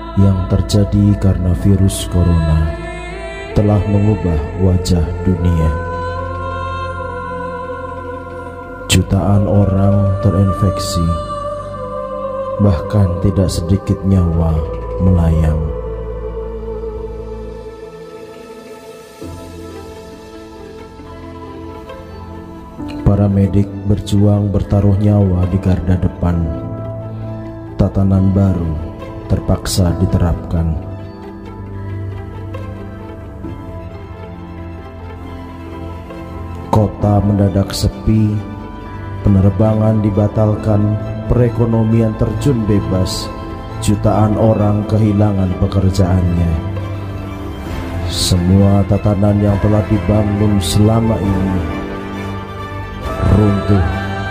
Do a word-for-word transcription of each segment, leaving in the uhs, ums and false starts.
yang terjadi karena virus corona telah mengubah wajah dunia. Jutaan orang terinfeksi, bahkan tidak sedikit nyawa melayang. Para medik berjuang bertaruh nyawa di garda depan. Tatanan baru terpaksa diterapkan. Kota mendadak sepi, penerbangan dibatalkan, perekonomian terjun bebas, jutaan orang kehilangan pekerjaannya. Semua tatanan yang telah dibangun selama ini runtuh.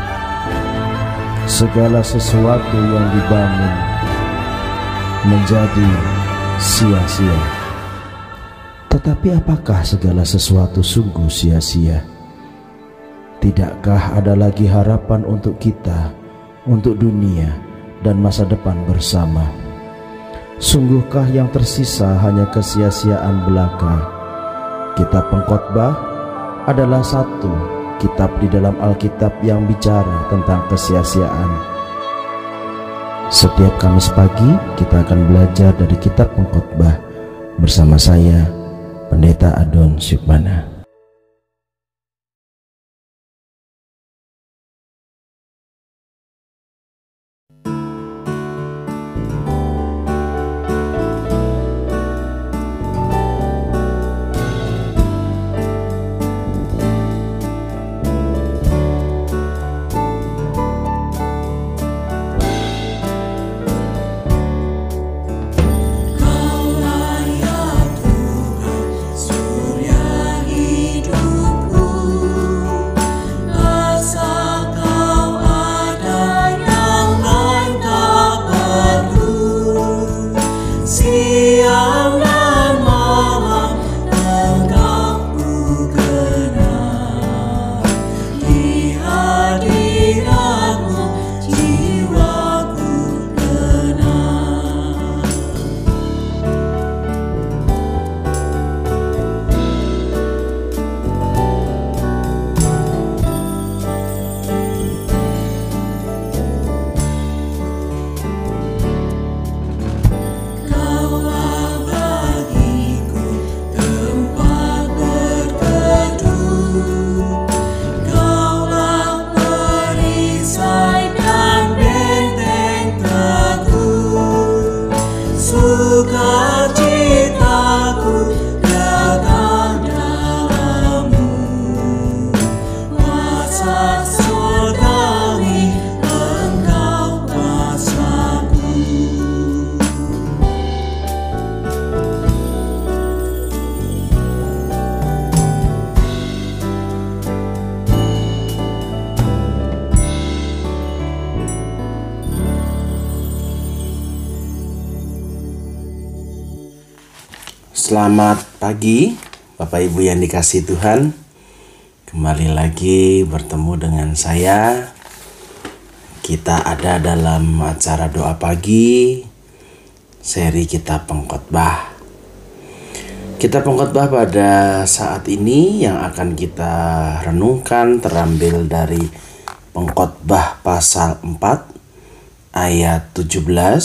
Segala sesuatu yang dibangun menjadi sia-sia. Tetapi apakah segala sesuatu sungguh sia-sia? Tidakkah ada lagi harapan untuk kita, untuk dunia dan masa depan bersama? Sungguhkah yang tersisa hanya kesia-siaan belaka? Kitab Pengkhotbah adalah satu kitab di dalam Alkitab yang bicara tentang kesia-siaan. Setiap Kamis pagi kita akan belajar dari Kitab Pengkhotbah bersama saya, Pendeta Adon Syukmana. Selamat pagi Bapak Ibu yang dikasihi Tuhan. Kembali lagi bertemu dengan saya. Kita ada dalam acara doa pagi seri Kitab Pengkhotbah. Kitab Pengkhotbah pada saat ini yang akan kita renungkan terambil dari Pengkhotbah pasal empat ayat tujuh belas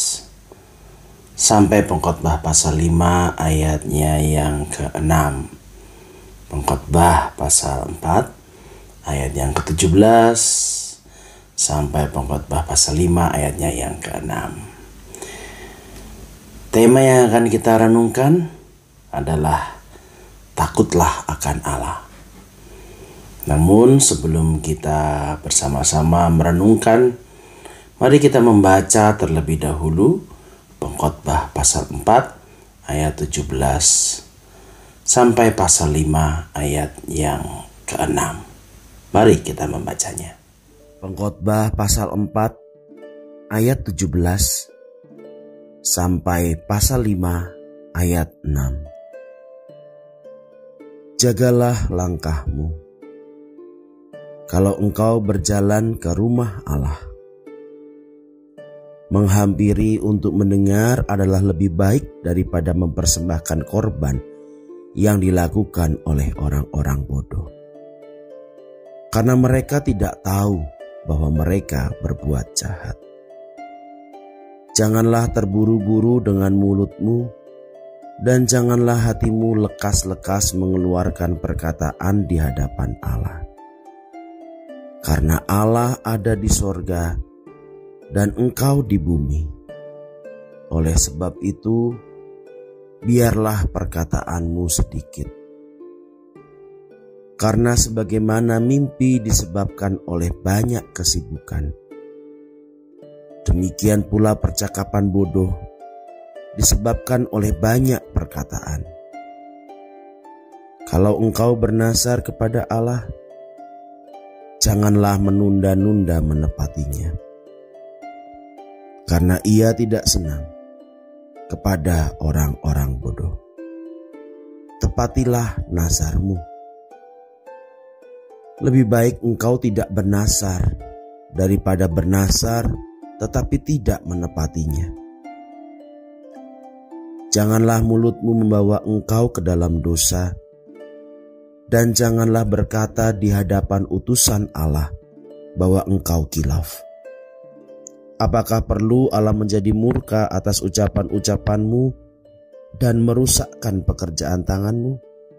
sampai Pengkhotbah pasal lima ayatnya yang keenam. Pengkhotbah pasal empat ayat yang ke tujuh belas sampai Pengkhotbah pasal lima ayatnya yang keenam. Tema yang akan kita renungkan adalah takutlah akan Allah. Namun sebelum kita bersama-sama merenungkan, mari kita membaca terlebih dahulu Pengkhotbah pasal empat ayat tujuh belas sampai pasal lima ayat yang keenam. Mari kita membacanya. Pengkhotbah pasal empat ayat tujuh belas sampai pasal lima ayat enam. Jagalah langkahmu kalau engkau berjalan ke rumah Allah. Menghampiri untuk mendengar adalah lebih baik daripada mempersembahkan korban yang dilakukan oleh orang-orang bodoh. Karena mereka tidak tahu bahwa mereka berbuat jahat. Janganlah terburu-buru dengan mulutmu, dan janganlah hatimu lekas-lekas mengeluarkan perkataan di hadapan Allah. Karena Allah ada di sorga, dan engkau di bumi. Oleh sebab itu, biarlah perkataanmu sedikit. Karena sebagaimana mimpi disebabkan oleh banyak kesibukan, demikian pula percakapan bodoh disebabkan oleh banyak perkataan. Kalau engkau bernasar kepada Allah, janganlah menunda-nunda menepatinya, karena Ia tidak senang kepada orang-orang bodoh. Tepatilah nasarmu. Lebih baik engkau tidak bernasar daripada bernasar tetapi tidak menepatinya. Janganlah mulutmu membawa engkau ke dalam dosa, dan janganlah berkata di hadapan utusan Allah bahwa engkau kilaf. Apakah perlu Allah menjadi murka atas ucapan-ucapanmu dan merusakkan pekerjaan tanganmu?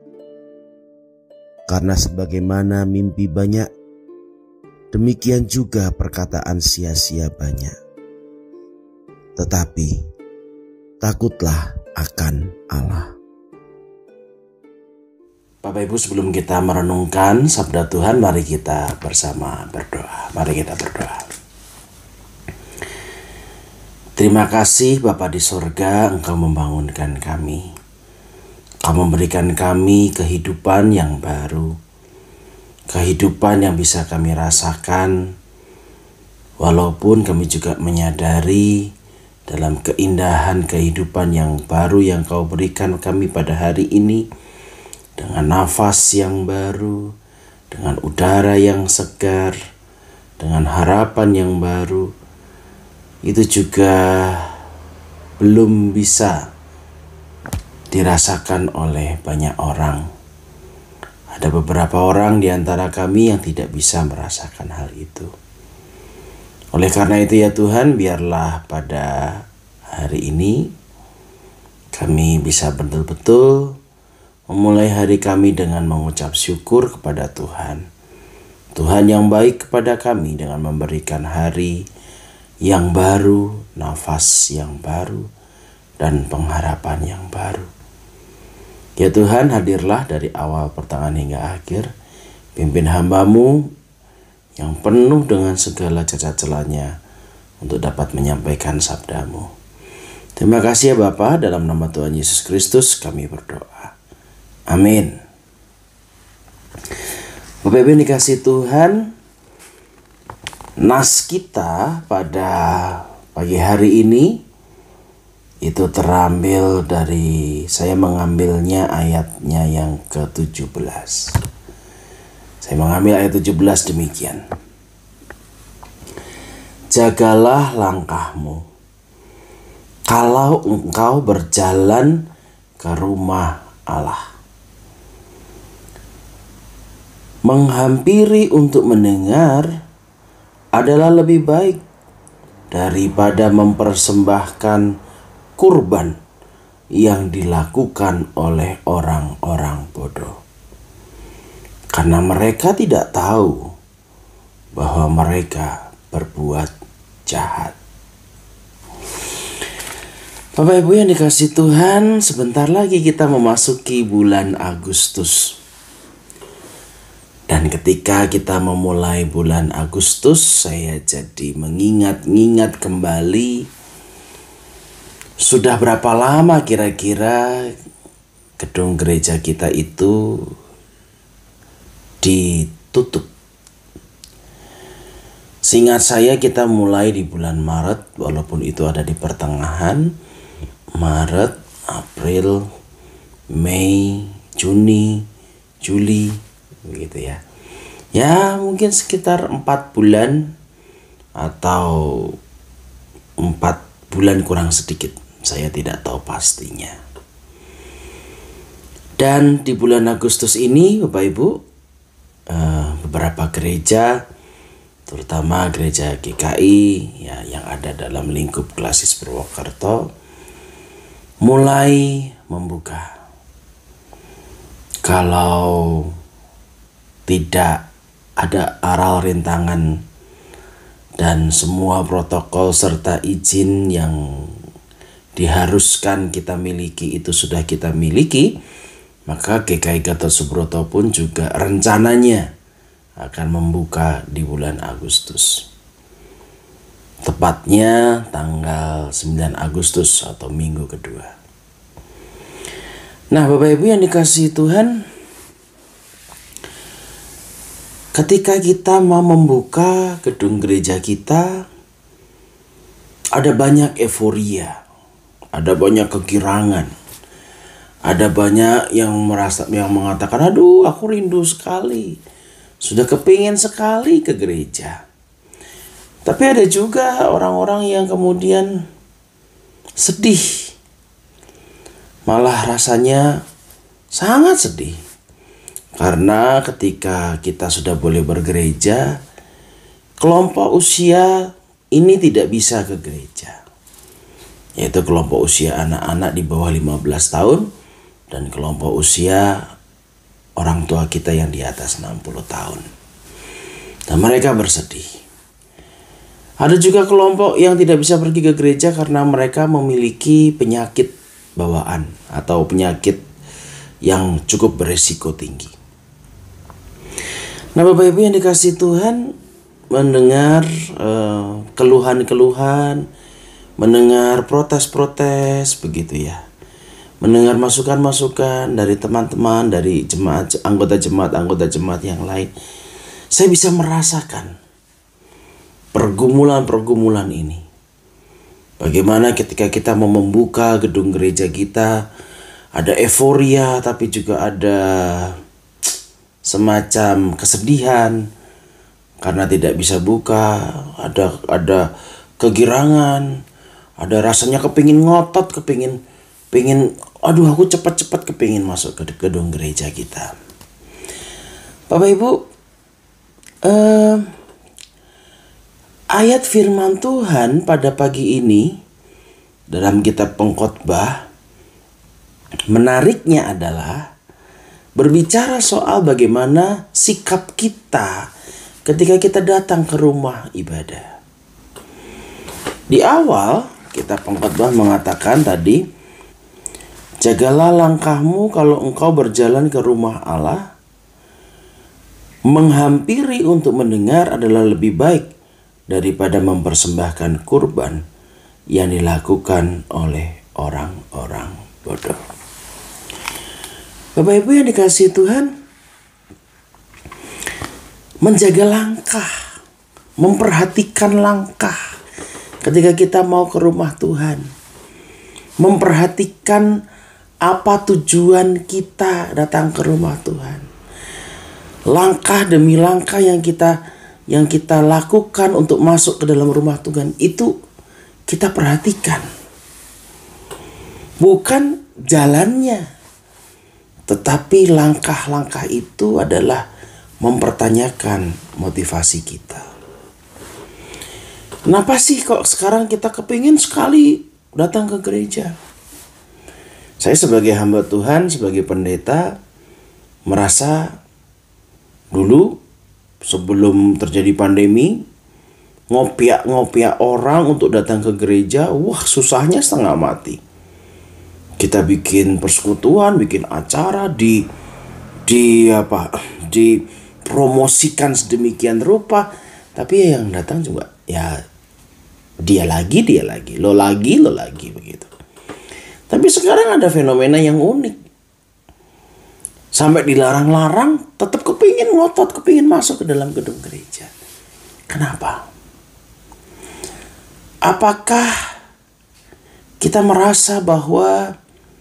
Karena sebagaimana mimpi banyak, demikian juga perkataan sia-sia banyak. Tetapi takutlah akan Allah. Bapak Ibu, sebelum kita merenungkan sabda Tuhan, mari kita bersama berdoa. Mari kita berdoa. Terima kasih Bapa di sorga, Engkau membangunkan kami. Engkau memberikan kami kehidupan yang baru, kehidupan yang bisa kami rasakan, walaupun kami juga menyadari dalam keindahan kehidupan yang baru yang Kau berikan kami pada hari ini, dengan nafas yang baru, dengan udara yang segar, dengan harapan yang baru, itu juga belum bisa dirasakan oleh banyak orang. Ada beberapa orang di antara kami yang tidak bisa merasakan hal itu. Oleh karena itu ya Tuhan, biarlah pada hari ini kami bisa betul-betul memulai hari kami dengan mengucap syukur kepada Tuhan. Tuhan yang baik kepada kami dengan memberikan hari yang baru, nafas yang baru, dan pengharapan yang baru. Ya Tuhan, hadirlah dari awal pertengahan hingga akhir. Pimpin hamba-Mu yang penuh dengan segala cacat celahnya untuk dapat menyampaikan sabda-Mu. Terima kasih ya Bapa, dalam nama Tuhan Yesus Kristus kami berdoa. Amin. Bapak Ibu dikasih Tuhan, nas kita pada pagi hari ini itu terambil dari, saya mengambilnya ayatnya yang ke tujuh belas. Saya mengambil ayat tujuh belas demikian. Jagalah langkahmu kalau engkau berjalan ke rumah Allah. Menghampiri untuk mendengar adalah lebih baik daripada mempersembahkan kurban yang dilakukan oleh orang-orang bodoh. Karena mereka tidak tahu bahwa mereka berbuat jahat. Bapak Ibu yang dikasih Tuhan, sebentar lagi kita memasuki bulan Agustus. Dan ketika kita memulai bulan Agustus, saya jadi mengingat-ingat kembali sudah berapa lama kira-kira gedung gereja kita itu ditutup. Seingat saya kita mulai di bulan Maret, walaupun itu ada di pertengahan. Maret, April, Mei, Juni, Juli, begitu ya. Ya mungkin sekitar empat bulan atau empat bulan kurang sedikit. Saya tidak tahu pastinya. Dan di bulan Agustus ini Bapak Ibu, beberapa gereja, terutama gereja G K I ya, yang ada dalam lingkup Klasis Purwokerto, mulai membuka. Kalau tidak ada aral rintangan dan semua protokol serta izin yang diharuskan kita miliki itu sudah kita miliki, maka G K I Gatot Subroto pun juga rencananya akan membuka di bulan Agustus. Tepatnya tanggal sembilan Agustus atau minggu kedua. Nah, Bapak Ibu yang dikasihi Tuhan, ketika kita mau membuka gedung gereja kita, ada banyak euforia, ada banyak kegirangan, ada banyak yang merasa, yang mengatakan, aduh aku rindu sekali, sudah kepingin sekali ke gereja. Tapi ada juga orang-orang yang kemudian sedih, malah rasanya sangat sedih. Karena ketika kita sudah boleh bergereja, kelompok usia ini tidak bisa ke gereja. Yaitu kelompok usia anak-anak di bawah lima belas tahun dan kelompok usia orang tua kita yang di atas enam puluh tahun. Dan mereka bersedih. Ada juga kelompok yang tidak bisa pergi ke gereja karena mereka memiliki penyakit bawaan atau penyakit yang cukup beresiko tinggi. Nah, Bapak Ibu yang dikasihi Tuhan, mendengar uh, keluhan-keluhan, mendengar protes-protes begitu ya, mendengar masukan-masukan dari teman-teman, dari jemaat, anggota jemaat, anggota jemaat yang lain, saya bisa merasakan pergumulan-pergumulan ini. Bagaimana ketika kita mau membuka gedung gereja kita, ada euforia tapi juga ada semacam kesedihan karena tidak bisa buka, ada ada kegirangan, ada rasanya kepingin ngotot, kepingin pingin, aduh aku cepat-cepat kepingin masuk ke gedung gereja kita. Bapak Ibu, eh, ayat firman Tuhan pada pagi ini dalam kitab Pengkhotbah menariknya adalah berbicara soal bagaimana sikap kita ketika kita datang ke rumah ibadah. Di awal kitab Pengkhotbah mengatakan tadi, jagalah langkahmu kalau engkau berjalan ke rumah Allah. Menghampiri untuk mendengar adalah lebih baik daripada mempersembahkan kurban yang dilakukan oleh orang-orang bodoh. Bapak Ibu yang dikasihi Tuhan, menjaga langkah, memperhatikan langkah ketika kita mau ke rumah Tuhan, memperhatikan apa tujuan kita datang ke rumah Tuhan, langkah demi langkah yang kita yang kita lakukan untuk masuk ke dalam rumah Tuhan itu kita perhatikan. Bukan jalannya, tetapi langkah-langkah itu adalah mempertanyakan motivasi kita. Kenapa sih kok sekarang kita kepingin sekali datang ke gereja? Saya sebagai hamba Tuhan, sebagai pendeta, merasa dulu sebelum terjadi pandemi, ngopiak-ngopiak orang untuk datang ke gereja, wah susahnya setengah mati. Kita bikin persekutuan, bikin acara, di di apa, dipromosikan sedemikian rupa, tapi yang datang juga ya dia lagi, dia lagi, lo lagi, lo lagi begitu. Tapi sekarang ada fenomena yang unik. Sampai dilarang-larang, tetap kepingin ngotot, kepingin masuk ke dalam gedung gereja. Kenapa? Apakah kita merasa bahwa,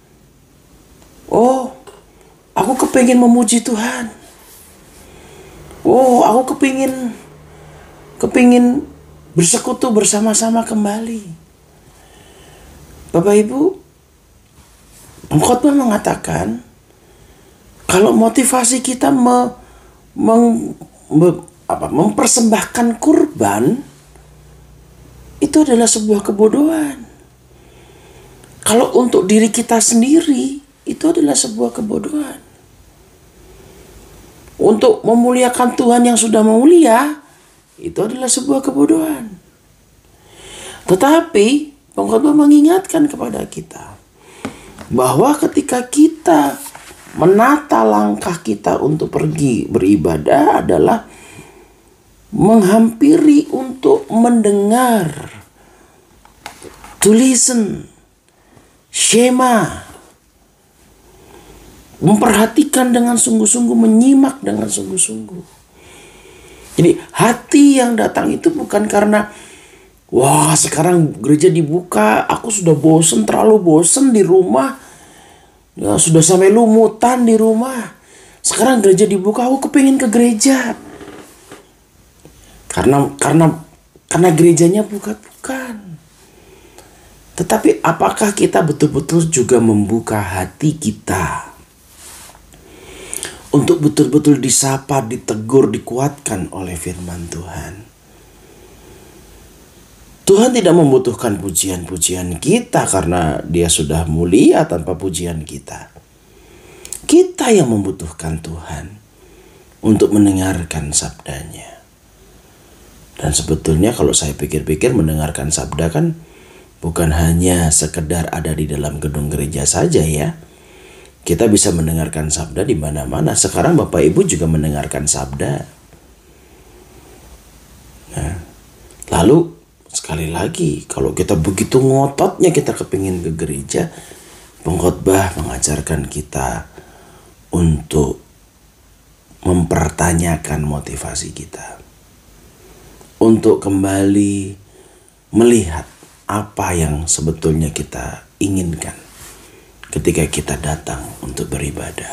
oh, aku kepingin memuji Tuhan. Oh, aku kepingin, kepingin bersekutu bersama-sama kembali. Bapak Ibu, pengkhotbah mengatakan kalau motivasi kita me, meng, me, apa, mempersembahkan kurban itu adalah sebuah kebodohan. Kalau untuk diri kita sendiri itu adalah sebuah kebodohan. Untuk memuliakan Tuhan yang sudah mulia itu adalah sebuah kebodohan. Tetapi pengkhotbah mengingatkan kepada kita bahwa ketika kita menata langkah kita untuk pergi beribadah adalah menghampiri untuk mendengar, to listen, shema, memperhatikan dengan sungguh-sungguh, menyimak dengan sungguh-sungguh. Jadi hati yang datang itu bukan karena wah sekarang gereja dibuka, aku sudah bosen, terlalu bosen di rumah, ya, sudah sampai lumutan di rumah. Sekarang gereja dibuka, aku kepingin ke gereja. Karena karena karena gerejanya bukan bukan. Tetapi apakah kita betul-betul juga membuka hati kita untuk betul-betul disapa, ditegur, dikuatkan oleh firman Tuhan? Tuhan tidak membutuhkan pujian-pujian kita karena Dia sudah mulia tanpa pujian kita. Kita yang membutuhkan Tuhan untuk mendengarkan sabdanya. Dan sebetulnya kalau saya pikir-pikir mendengarkan sabda kan bukan hanya sekedar ada di dalam gedung gereja saja ya. Kita bisa mendengarkan sabda di mana-mana. Sekarang Bapak Ibu juga mendengarkan sabda. Nah, lalu sekali lagi, kalau kita begitu ngototnya kita kepingin ke gereja, pengkhotbah mengajarkan kita untuk mempertanyakan motivasi kita. Untuk kembali melihat apa yang sebetulnya kita inginkan ketika kita datang untuk beribadah.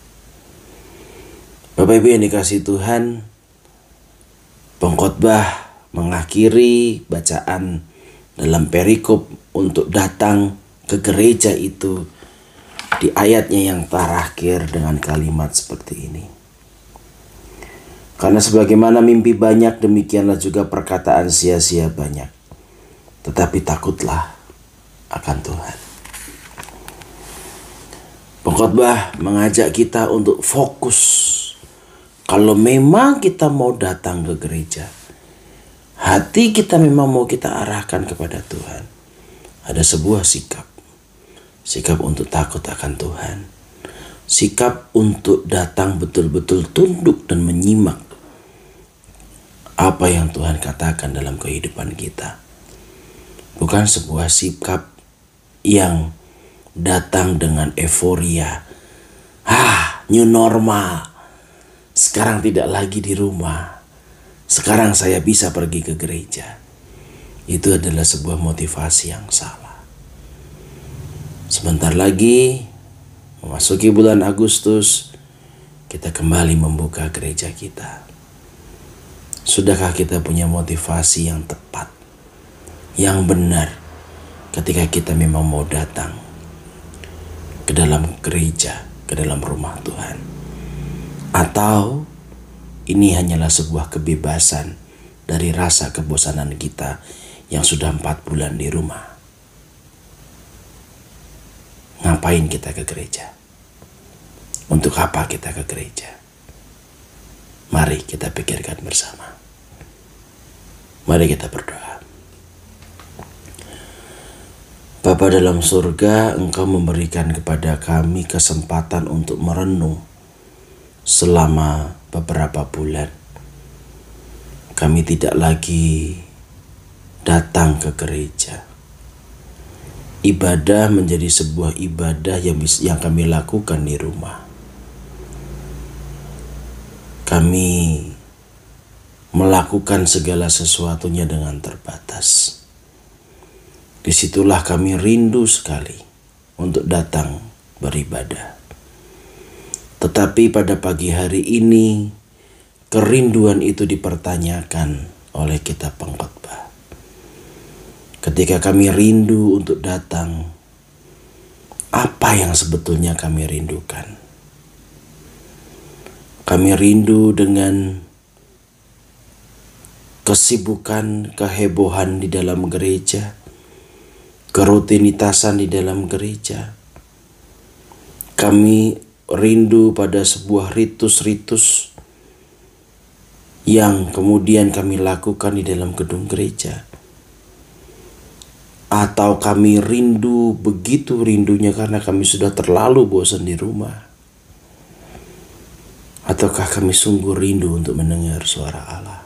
Bapak Ibu yang dikasihi Tuhan, pengkhotbah mengakhiri bacaan dalam perikop untuk datang ke gereja itu di ayatnya yang terakhir dengan kalimat seperti ini. Karena sebagaimana mimpi banyak, demikianlah juga perkataan sia-sia banyak. Tetapi takutlah akan Tuhan. Pengkhotbah mengajak kita untuk fokus. Kalau memang kita mau datang ke gereja, hati kita memang mau kita arahkan kepada Tuhan, ada sebuah sikap. Sikap untuk takut akan Tuhan. Sikap untuk datang betul-betul tunduk dan menyimak apa yang Tuhan katakan dalam kehidupan kita. Bukan sebuah sikap yang datang dengan euforia. Ah, new normal. Sekarang tidak lagi di rumah. Sekarang saya bisa pergi ke gereja. Itu adalah sebuah motivasi yang salah. Sebentar lagi memasuki bulan Agustus, kita kembali membuka gereja kita. Sudahkah kita punya motivasi yang tepat, yang benar ketika kita memang mau datang ke dalam gereja, ke dalam rumah Tuhan? Atau ini hanyalah sebuah kebebasan dari rasa kebosanan kita yang sudah empat bulan di rumah? Ngapain kita ke gereja? Untuk apa kita ke gereja? Mari kita pikirkan bersama. Mari kita berdoa. Bapa dalam surga, Engkau memberikan kepada kami kesempatan untuk merenung selama beberapa bulan. Kami tidak lagi datang ke gereja. Ibadah menjadi sebuah ibadah yang, yang kami lakukan di rumah. Kami melakukan segala sesuatunya dengan terbatas. Disitulah kami rindu sekali untuk datang beribadah. Tetapi pada pagi hari ini, kerinduan itu dipertanyakan oleh kitab pengkhotbah. ketika kami rindu untuk datang, apa yang sebetulnya kami rindukan? Kami rindu dengan kesibukan, kehebohan di dalam gereja, kerutinitasan di dalam gereja. Kami rindu pada sebuah ritus-ritus yang kemudian kami lakukan di dalam gedung gereja. Atau kami rindu, begitu rindunya karena kami sudah terlalu bosan di rumah. Ataukah kami sungguh rindu untuk mendengar suara Allah?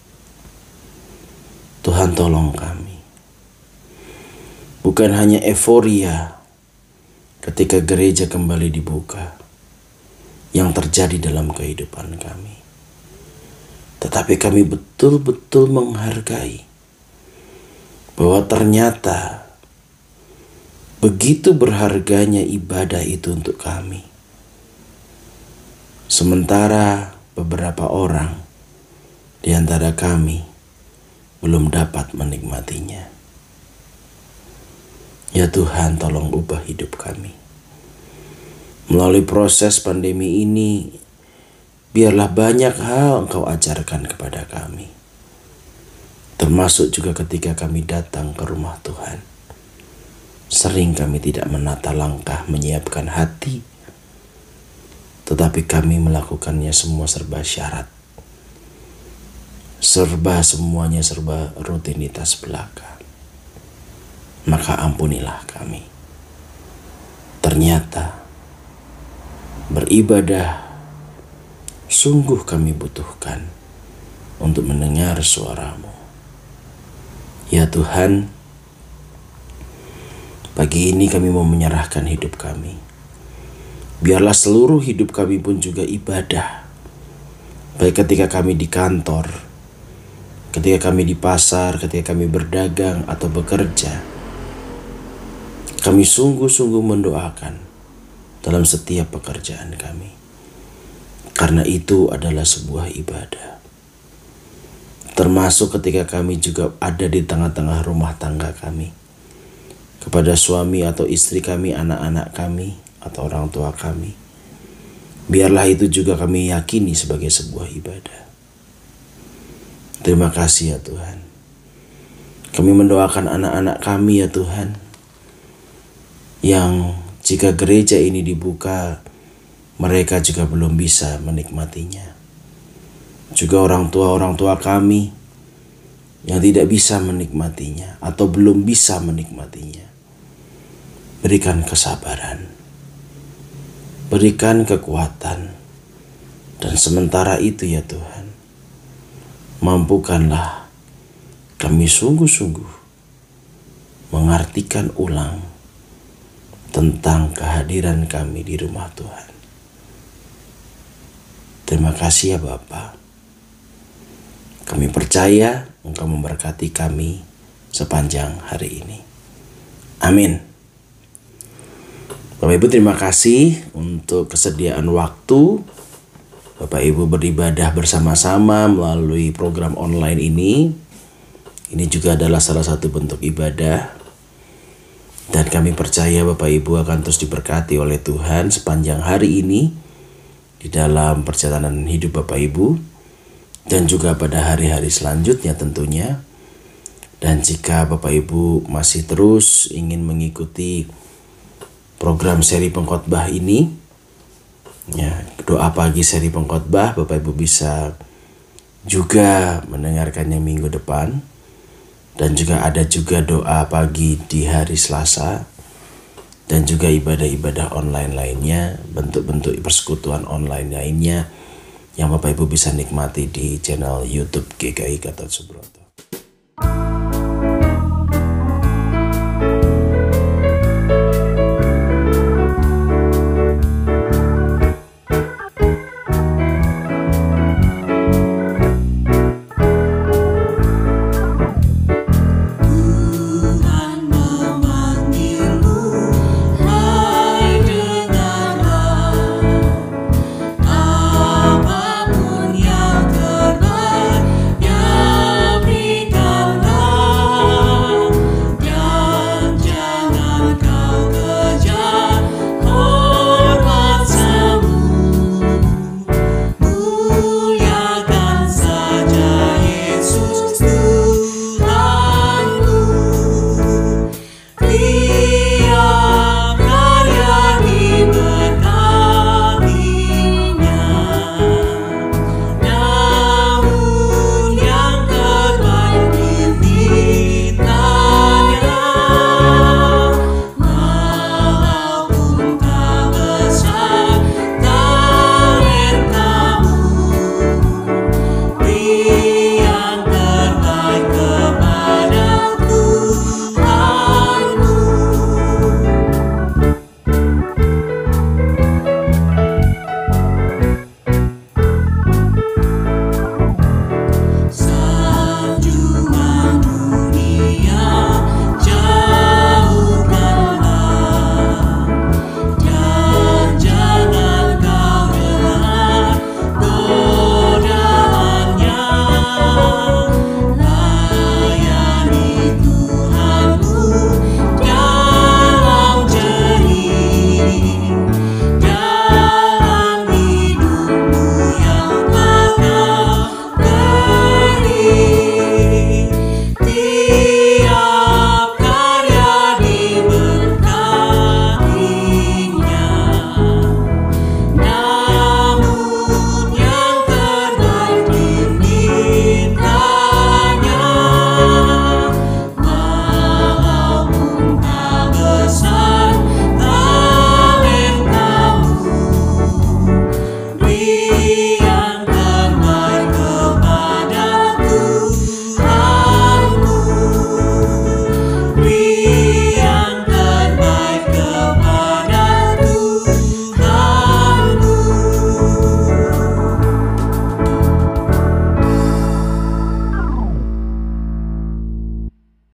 Tuhan tolong kami. Bukan hanya euforia ketika gereja kembali dibuka yang terjadi dalam kehidupan kami, tetapi kami betul-betul menghargai bahwa ternyata begitu berharganya ibadah itu untuk kami. Sementara beberapa orang di antara kami belum dapat menikmatinya. Ya Tuhan, tolong ubah hidup kami. Melalui proses pandemi ini, biarlah banyak hal Engkau ajarkan kepada kami. Termasuk juga ketika kami datang ke rumah Tuhan. Sering kami tidak menata langkah, menyiapkan hati, tetapi kami melakukannya semua serba syarat. Serba semuanya serba rutinitas belaka. Maka ampunilah kami. Ternyata beribadah sungguh kami butuhkan untuk mendengar suara-Mu. Ya Tuhan, pagi ini kami mau menyerahkan hidup kami. Biarlah seluruh hidup kami pun juga ibadah. Baik ketika kami di kantor, ketika kami di pasar, ketika kami berdagang atau bekerja. Kami sungguh-sungguh mendoakan dalam setiap pekerjaan kami. Karena itu adalah sebuah ibadah. Termasuk ketika kami juga ada di tengah-tengah rumah tangga kami. Kepada suami atau istri kami, anak-anak kami, atau orang tua kami. Biarlah itu juga kami yakini sebagai sebuah ibadah. Terima kasih ya Tuhan. Kami mendoakan anak-anak kami ya Tuhan, yang jika gereja ini dibuka, mereka juga belum bisa menikmatinya. Juga orang tua-orang tua kami yang tidak bisa menikmatinya atau belum bisa menikmatinya. Berikan kesabaran, berikan kekuatan, dan sementara itu ya Tuhan, mampukanlah kami sungguh-sungguh mengartikan ulang tentang kehadiran kami di rumah Tuhan. Terima kasih ya Bapa. Kami percaya Engkau memberkati kami sepanjang hari ini. Amin. Bapak Ibu, terima kasih untuk kesediaan waktu Bapak Ibu beribadah bersama-sama melalui program online ini. Ini juga adalah salah satu bentuk ibadah. Dan kami percaya Bapak Ibu akan terus diberkati oleh Tuhan sepanjang hari ini di dalam perjalanan hidup Bapak Ibu. Dan juga pada hari-hari selanjutnya tentunya. Dan jika Bapak Ibu masih terus ingin mengikuti program seri pengkhotbah ini, ya, doa pagi seri pengkhotbah, Bapak Ibu bisa juga mendengarkannya minggu depan. Dan juga ada juga doa pagi di hari Selasa. Dan juga ibadah-ibadah online lainnya, bentuk-bentuk persekutuan online lainnya yang Bapak Ibu bisa nikmati di channel YouTube G K I Gatot Subroto.